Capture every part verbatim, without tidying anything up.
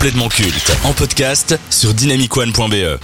complètement culte en podcast sur dynamic one point b e.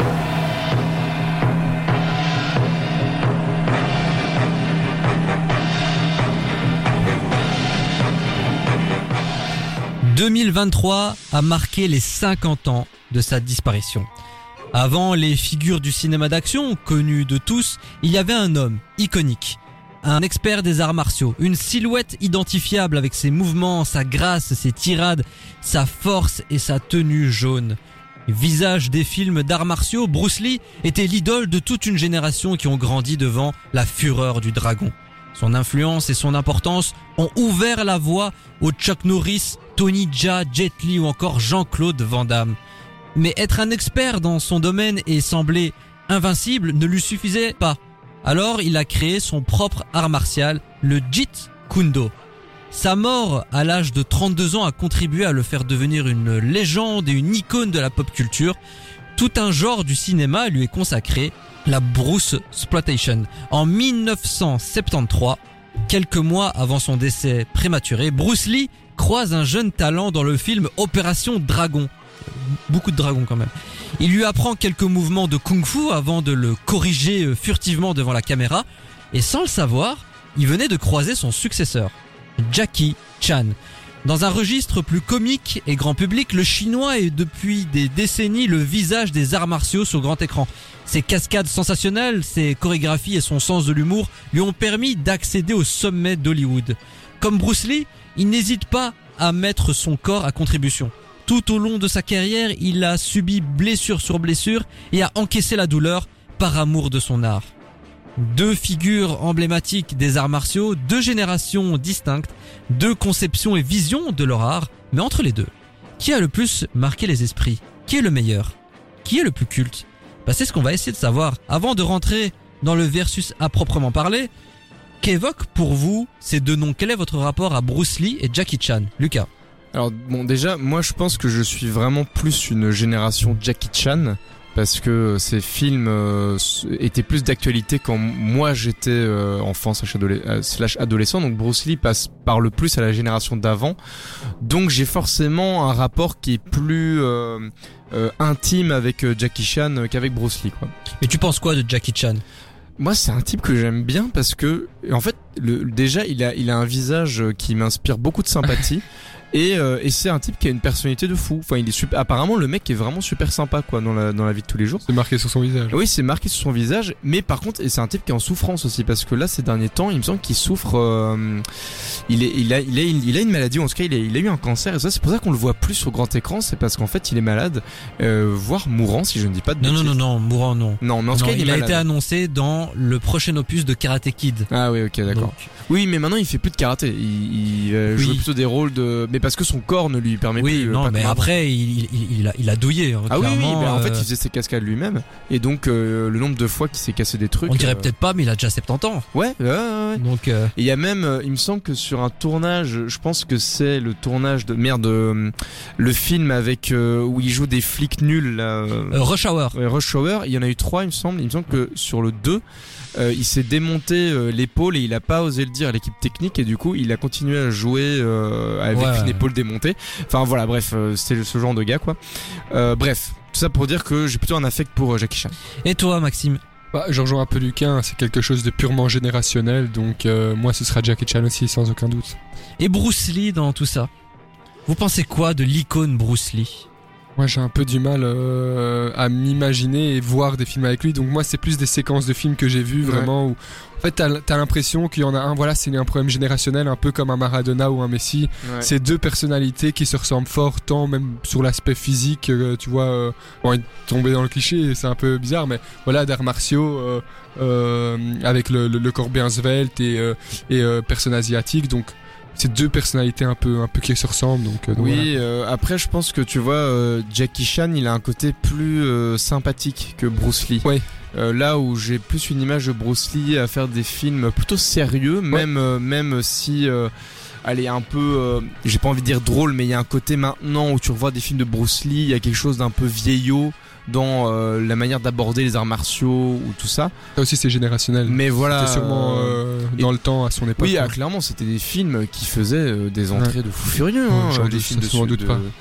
deux mille vingt-trois a marqué les cinquante ans de sa disparition. Avant les figures du cinéma d'action, connues de tous, il y avait un homme iconique, un expert des arts martiaux, une silhouette identifiable avec ses mouvements, sa grâce, ses tirades, sa force et sa tenue jaune. Visage des films d'arts martiaux, Bruce Lee était l'idole de toute une génération qui ont grandi devant la fureur du dragon. Son influence et son importance ont ouvert la voie aux Chuck Norris, Tony Jaa, Jet Li ou encore Jean-Claude Van Damme. Mais être un expert dans son domaine et sembler invincible ne lui suffisait pas. Alors il a créé son propre art martial, le Jeet Kune Do. Sa mort à l'âge de trente-deux ans a contribué à le faire devenir une légende et une icône de la pop culture. Tout un genre du cinéma lui est consacré, la Bruce Exploitation. En dix-neuf cent soixante-treize, quelques mois avant son décès prématuré, Bruce Lee croise un jeune talent dans le film Opération Dragon. Beaucoup de dragons quand même. Il lui apprend quelques mouvements de kung-fu avant de le corriger furtivement devant la caméra. Et sans le savoir, il venait de croiser son successeur, Jackie Chan. Dans un registre plus comique et grand public, le chinois est depuis des décennies le visage des arts martiaux sur grand écran. Ses cascades sensationnelles, ses chorégraphies et son sens de l'humour lui ont permis d'accéder au sommet d'Hollywood. Comme Bruce Lee, il n'hésite pas à mettre son corps à contribution. Tout au long de sa carrière, il a subi blessure sur blessure et a encaissé la douleur par amour de son art. Deux figures emblématiques des arts martiaux, deux générations distinctes, deux conceptions et visions de leur art, mais entre les deux, qui a le plus marqué les esprits? Qui est le meilleur? Qui est le plus culte? Bah, c'est ce qu'on va essayer de savoir. Avant de rentrer dans le versus à proprement parler, qu'évoquent pour vous ces deux noms? Quel est votre rapport à Bruce Lee et Jackie Chan? Lucas? Alors bon, déjà, moi je pense que je suis vraiment plus une génération Jackie Chan, parce que ces films euh, étaient plus d'actualité quand moi j'étais euh, enfant slash, adole- euh, slash adolescent. Donc Bruce Lee passe par le plus à la génération d'avant. Donc j'ai forcément un rapport qui est plus euh, euh, intime avec euh, Jackie Chan euh, qu'avec Bruce Lee, quoi. Mais tu penses quoi de Jackie Chan? Moi, c'est un type que j'aime bien parce que, en fait, le, déjà, il a, il a un visage qui m'inspire beaucoup de sympathie. Et, euh, et c'est un type qui a une personnalité de fou. Enfin, il est super. Apparemment, le mec est vraiment super sympa, quoi, dans la dans la vie de tous les jours. C'est marqué sur son visage. Oui, c'est marqué sur son visage. Mais par contre, et c'est un type qui est en souffrance aussi, parce que là, ces derniers temps, il me semble qu'il souffre. Euh, il est, il a, il a, il a une maladie. En tout cas, il a, il a eu un cancer. Et ça, c'est pour ça qu'on le voit plus sur grand écran. C'est parce qu'en fait, il est malade, euh, voire mourant, si je ne dis pas de Non, bêtises. non, non, non, mourant, non. Non, mais en tout Non, cas, il, il est a malade. été annoncé dans le prochain opus de Karate Kid. Ah oui, ok, d'accord. Donc, Oui, mais maintenant il fait plus de karaté. Il, il euh, Oui. joue plutôt des rôles de, mais parce que son corps ne lui permet oui, plus. euh, non, pas mais comme avant. après, il, il, il, a, il a douillé. Hein, Ah oui, oui, clairement, mais en fait euh, il faisait ses cascades lui-même, et donc euh, le nombre de fois qu'il s'est cassé des trucs. on dirait euh, peut-être pas, mais il a déjà soixante-dix ans. Ouais, ouais, ouais. ouais. Donc, euh, Et il y a même, euh, il me semble que sur un tournage, je pense que c'est le tournage de merde, euh, le film avec euh, où il joue des flics nuls. Là, euh, euh, Rush Hour. ouais, Rush Hour. Il y en a eu trois, il me semble. Il me semble que sur le deux, euh, il s'est démonté euh, l'épaule et il a pas osé le dire à l'équipe technique, et du coup il a continué à jouer euh, avec Ouais. une épaule démontée. Enfin voilà, bref, euh, c'est ce genre de gars, quoi. Euh, bref, tout ça pour dire que j'ai plutôt un affect pour euh, Jackie Chan. Et toi, Maxime? Bah, je rejoins un peu Lucas, hein, c'est quelque chose de purement générationnel, donc euh, moi ce sera Jackie Chan aussi, sans aucun doute. Et Bruce Lee dans tout ça? Vous pensez quoi de l'icône Bruce Lee? Moi j'ai un peu du mal euh, à m'imaginer et voir des films avec lui, donc moi c'est plus des séquences de films que j'ai vues vraiment où en fait t'as, t'as l'impression qu'il y en a un, voilà, c'est un problème générationnel, un peu comme un Maradona ou un Messi. Ouais. C'est deux personnalités qui se ressemblent fort, tant même sur l'aspect physique, euh, tu vois, euh, bon, tomber dans le cliché, c'est un peu bizarre, mais voilà, d'arts martiaux euh, euh, avec le, le, le corps bien svelte et, euh, et euh, personne asiatique, donc c'est deux personnalités un peu un peu qui se ressemblent, donc, euh, donc Oui, voilà. euh, après je pense que tu vois, euh, Jackie Chan, il a un côté plus euh, sympathique que Bruce Lee. Ouais. Euh, là où j'ai plus une image de Bruce Lee à faire des films plutôt sérieux, même euh, même si euh, allez un peu, euh, j'ai pas envie de dire drôle, mais il y a un côté maintenant où tu revois des films de Bruce Lee, il y a quelque chose d'un peu vieillot dans euh, la manière d'aborder les arts martiaux ou tout ça. Ça aussi c'est générationnel. Mais voilà, C'était sûrement euh, euh, dans et- le temps à son époque. oui, ah, quoi. clairement, c'était des films qui faisaient euh, des entrées de fous furieux, Ouais, hein, j'en des doute, films de, ça, je m'en doute de- pas.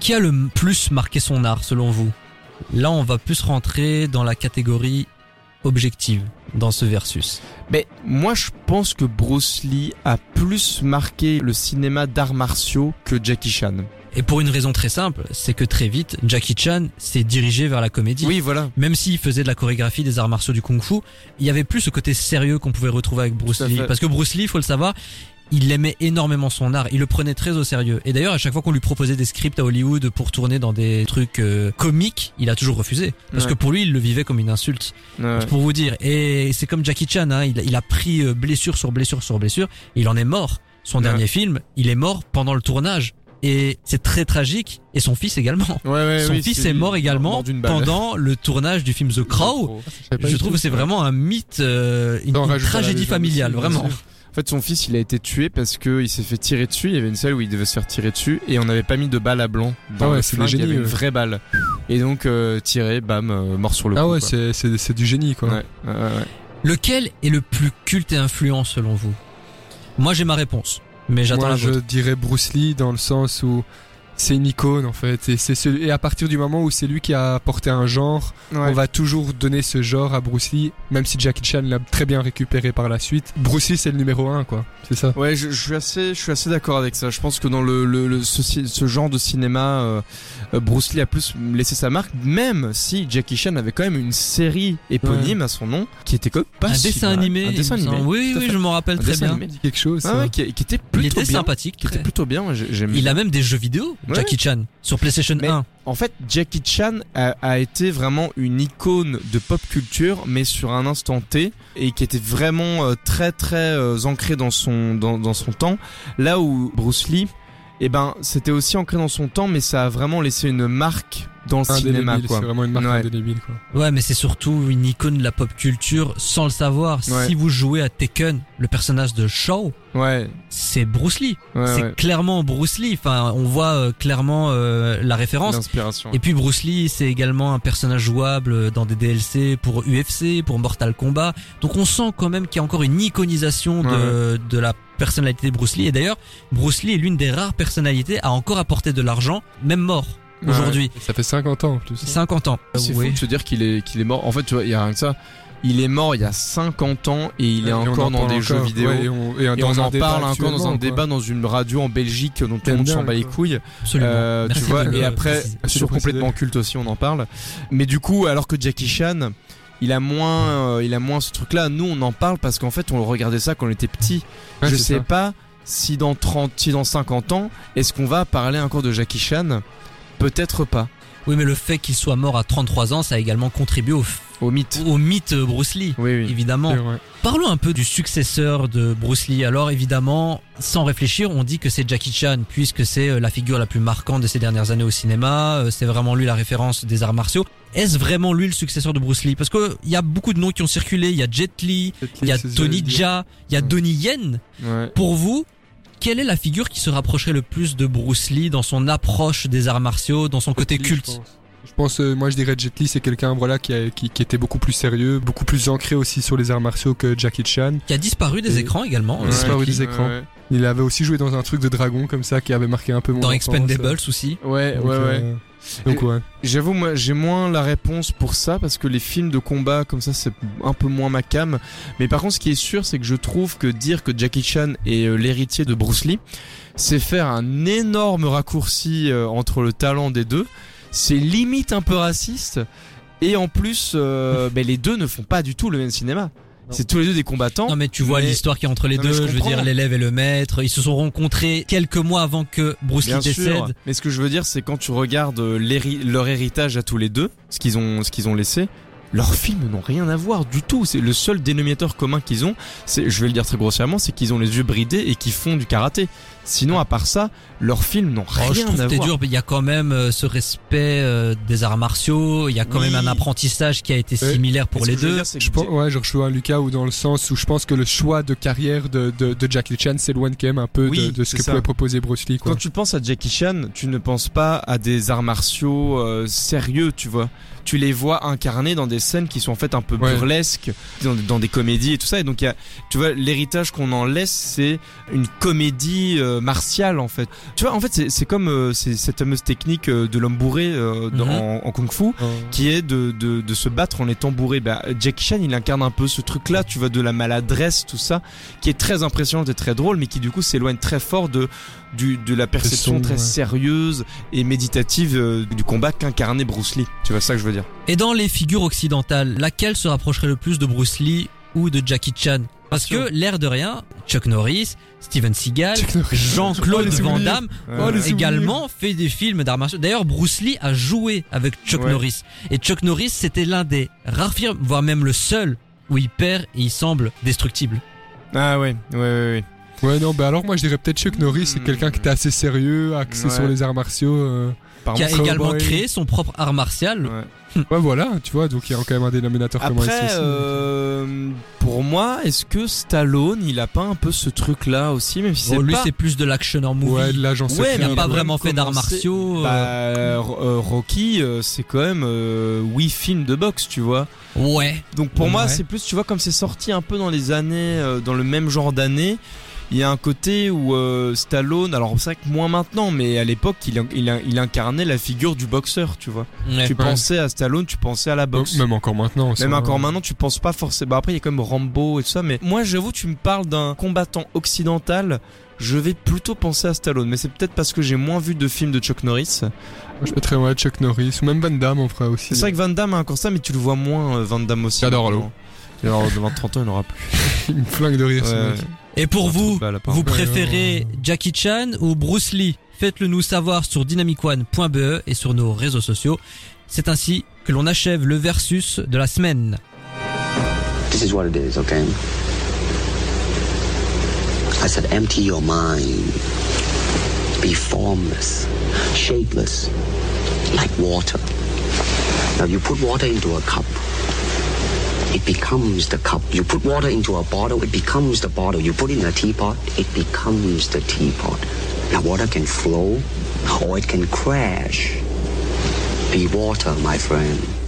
Qui a le plus marqué son art selon vous? Là, on va plus rentrer dans la catégorie objective dans ce versus. Mais moi, je pense que Bruce Lee a plus marqué le cinéma d'arts martiaux que Jackie Chan. Et pour une raison très simple, c'est que très vite, Jackie Chan s'est dirigé vers la comédie. Oui, voilà. Même s'il faisait de la chorégraphie, des arts martiaux, du kung-fu, il y avait plus ce côté sérieux qu'on pouvait retrouver avec Bruce Lee. Parce que Bruce Lee, faut le savoir, il aimait énormément son art, il le prenait très au sérieux. Et d'ailleurs, à chaque fois qu'on lui proposait des scripts à Hollywood pour tourner dans des trucs euh, comiques, il a toujours refusé. Parce ouais. que pour lui, il le vivait comme une insulte. Ouais. C'est pour vous dire. Et c'est comme Jackie Chan, hein, il, il a pris euh, blessure sur blessure sur blessure, il en est mort. Son ouais. dernier film, il est mort pendant le tournage. Et c'est très tragique. Et son fils également. Ouais, ouais, son oui, fils est, est mort également mort pendant le tournage du film The Crow. Je, je trouve que c'est vraiment un mythe, euh, une, une tragédie familiale, vraiment. En fait, son fils, il a été tué parce que il s'est fait tirer dessus. Il y avait une scène où il devait se faire tirer dessus et on n'avait pas mis de balle à blanc dans ah ouais, le flingue. Il y avait une vraie balle. Et donc euh, tiré, bam, euh, mort sur le ah coup. Ah ouais, c'est c'est c'est du génie quoi. Ouais, ouais, ouais. Lequel est le plus culte et influent selon vous? Moi, j'ai ma réponse. Mais j'attends Moi, la je vôtre. dirais Bruce Lee dans le sens où c'est une icône en fait et c'est celui, et à partir du moment où c'est lui qui a apporté un genre, ouais. on va toujours donner ce genre à Bruce Lee, même si Jackie Chan l'a très bien récupéré par la suite. Bruce Lee c'est le numéro un quoi, c'est ça. Ouais, je, je suis assez, je suis assez d'accord avec ça. Je pense que dans le, le, le ce, ce genre de cinéma, euh, Bruce Lee a plus laissé sa marque, même si Jackie Chan avait quand même une série éponyme ouais. à son nom, qui était comme pas un si dessin mal. animé. Un dessin animé. Oui, oui, je m'en rappelle un très bien. Animé. Quelque chose. Ah ouais, qui, qui était plutôt Il était bien, sympathique. Qui très... était plutôt bien. J'aime Il bien. a même des jeux vidéo, ouais. Jackie Chan, sur PlayStation mais, un. En fait, Jackie Chan a, a été vraiment une icône de pop culture, mais sur un instant T, et qui était vraiment euh, très très euh, ancré dans son dans, dans son temps. Là où Bruce Lee, eh ben, c'était aussi ancré dans son temps, mais ça a vraiment laissé une marque dans le indélébile, cinéma quoi. C'est vraiment une marque ouais. indélébile quoi. Ouais, mais c'est surtout une icône de la pop culture sans le savoir. Ouais. Si vous jouez à Tekken, le personnage de Shao, ouais, c'est Bruce Lee. Ouais, c'est ouais. clairement Bruce Lee. Enfin, on voit euh, clairement euh, la référence. L'inspiration. Et puis Bruce Lee, c'est également un personnage jouable dans des D L C pour U F C, pour Mortal Kombat. Donc on sent quand même qu'il y a encore une iconisation de ouais. de la personnalité de Bruce Lee. Et d'ailleurs, Bruce Lee est l'une des rares personnalités à encore apporter de l'argent, même mort. Aujourd'hui. Ouais, ça fait cinquante ans en plus. cinquante ans. C'est oui. fou de se dire qu'il est, qu'il est mort. En fait, tu vois, il y a rien que ça. Il est mort il y a cinquante ans et il est et encore dans des encore, jeux vidéo. Ouais, et on, et et on en parle encore dans un quoi. débat dans une radio en Belgique dont tout le monde s'en bat les couilles. Absolument. Euh, tu vois, et après, sur complètement culte aussi, on en parle. Mais du coup, alors que Jackie Chan, il a moins, euh, il a moins ce truc-là. Nous, on en parle parce qu'en fait, on regardait ça quand on était petit. Ouais, Je sais ça. pas si dans trente, si dans cinquante ans, est-ce qu'on va parler encore de Jackie Chan? Peut-être pas. Oui, mais le fait qu'il soit mort à trente-trois ans, ça a également contribué au, au mythe. Au mythe Bruce Lee, oui, oui. évidemment. Parlons un peu du successeur de Bruce Lee. Alors évidemment, sans réfléchir, on dit que c'est Jackie Chan, puisque c'est la figure la plus marquante de ces dernières années au cinéma. C'est vraiment lui la référence des arts martiaux. Est-ce vraiment lui le successeur de Bruce Lee? Parce que il y a beaucoup de noms qui ont circulé. Il y a Jet Li, il y a Tony Jaa, il y a ouais. Donnie Yen. Ouais. Pour vous, quelle est la figure qui se rapprocherait le plus de Bruce Lee dans son approche des arts martiaux, dans son Jet côté Li, culte? Je pense, je pense euh, moi je dirais Jet Li, c'est quelqu'un voilà qui, a, qui, qui était beaucoup plus sérieux, beaucoup plus ancré aussi sur les arts martiaux que Jackie Chan. Qui a disparu des Et... écrans également. Il a disparu ouais, des qui... écrans. Ouais, ouais. Il avait aussi joué dans un truc de dragon comme ça qui avait marqué un peu mon Dans enfance. Expendables aussi. Ouais, Donc, ouais, euh... ouais. Donc ouais. J'avoue, moi, j'ai moins la réponse pour ça parce que les films de combat comme ça, c'est un peu moins ma cam. Mais par contre, ce qui est sûr, c'est que je trouve que dire que Jackie Chan est euh, l'héritier de Bruce Lee, c'est faire un énorme raccourci euh, entre le talent des deux. C'est limite un peu raciste. Et en plus, euh, ben, les deux ne font pas du tout le même cinéma. Non. C'est tous les deux des combattants. Non mais tu vois mais... l'histoire qui est entre les non, deux, je, je veux dire l'élève et le maître, ils se sont rencontrés quelques mois avant que Bruce Lee décède. Sûr. Mais ce que je veux dire c'est quand tu regardes leur héritage à tous les deux, ce qu'ils ont ce qu'ils ont laissé, leurs films n'ont rien à voir du tout. C'est le seul dénominateur commun qu'ils ont, c'est, je vais le dire très grossièrement, c'est qu'ils ont les yeux bridés et qu'ils font du karaté. Sinon, à part ça, leurs films n'ont rien oh, je trouve à que voir. Dur, il y a quand même euh, ce respect euh, des arts martiaux. Il y a quand oui. même un apprentissage qui a été ouais. similaire pour les deux. Dire, je pense, ouais, je rejoins Lucas ou dans le sens où je pense que le choix de carrière de, de, de Jackie Chan s'éloigne quand même un peu oui, de, de ce que ça. pouvait proposer Bruce Lee. Quoi. Quand tu penses à Jackie Chan, tu ne penses pas à des arts martiaux euh, sérieux, tu vois. Tu les vois incarnés dans des scènes qui sont en fait un peu ouais. burlesques, dans, dans des comédies et tout ça. Et donc, il y a, tu vois, l'héritage qu'on en laisse, c'est une comédie. Euh, euh, martial en fait. Tu vois, en fait, c'est, c'est comme euh, c'est cette fameuse technique euh, de l'homme bourré euh, dans, Mm-hmm. en, en kung-fu, Oh. qui est de, de, de se battre en étant bourré. Bah, Jackie Chan, il incarne un peu ce truc-là, tu vois, de la maladresse, tout ça, qui est très impressionnant et très drôle, mais qui du coup s'éloigne très fort de du, de la perception son, très ouais. sérieuse et méditative euh, du combat qu'incarnait Bruce Lee. Tu vois ça que je veux dire? Et dans les figures occidentales, laquelle se rapprocherait le plus de Bruce Lee ou de Jackie Chan? Parce que, l'air de rien, Chuck Norris, Steven Seagal, Chuck Norris. Jean-Claude Oh, les Van souvenirs. Damme Ouais. Oh, ont les également fait des films d'arts martiaux. D'ailleurs, Bruce Lee a joué avec Chuck Ouais. Norris. Et Chuck Norris, c'était l'un des rares films, voire même le seul, où il perd et il semble destructible. Ah ouais, ouais, ouais, ouais. Ouais, non, bah alors moi je dirais peut-être Chuck Norris, c'est quelqu'un qui était assez sérieux, axé Ouais. sur les arts martiaux. euh. Par Qui a contre, également Cowboy. créé son propre art martial. ouais. Ouais, voilà, tu vois, donc il y a quand même un dénominateur commun ici Après, aussi. euh, pour moi, est-ce que Stallone, il a pas un peu ce truc-là aussi, même si Bon, c'est lui, pas... c'est plus de l'action movie. Ouais, de l'agent Ouais, secret. mais il n'a il pas a vraiment quand même fait d'arts commencé- martiaux. Bah, euh, euh, Rocky, euh, c'est quand même euh, huit films de boxe, tu vois. Ouais. Donc pour moi, Ouais. c'est plus, tu vois, comme c'est sorti un peu dans les années, euh, dans le même genre d'années, il y a un côté où euh, Stallone, alors c'est vrai que moins maintenant, mais à l'époque, il, il, il incarnait la figure du boxeur, tu vois. Ouais. Tu Ouais. pensais à Stallone, tu pensais à la boxe. Même encore maintenant. en soi. Même encore maintenant, tu penses pas forcément. Bah après, il y a quand même Rambo et tout ça, mais moi, j'avoue, tu me parles d'un combattant occidental. Je vais plutôt penser à Stallone, mais c'est peut-être parce que j'ai moins vu de films de Chuck Norris. Moi, je mettrais ouais, Chuck Norris, ou même Van Damme, on ferait aussi. C'est vrai que Van Damme a encore ça, mais tu le vois moins, euh, Van Damme aussi. J'adore maintenant. Et alors, devant trente ans, il n'aura plus. Il me flingue de rire, ce Ouais. mec. Et pour vous, Bah, la part. vous Ouais, préférez Jackie Chan ou Bruce Lee? Faites-le nous savoir sur dynamic one point b e et sur nos réseaux sociaux. C'est ainsi que l'on achève le versus de la semaine. This is what it is, okay? I said, empty your mind. Be formless, shapeless, like water. Now you put water into a cup. It becomes the cup. You put water into a bottle, it becomes the bottle. You put it in a teapot, it becomes the teapot. Now water can flow or it can crash. Be water, my friend.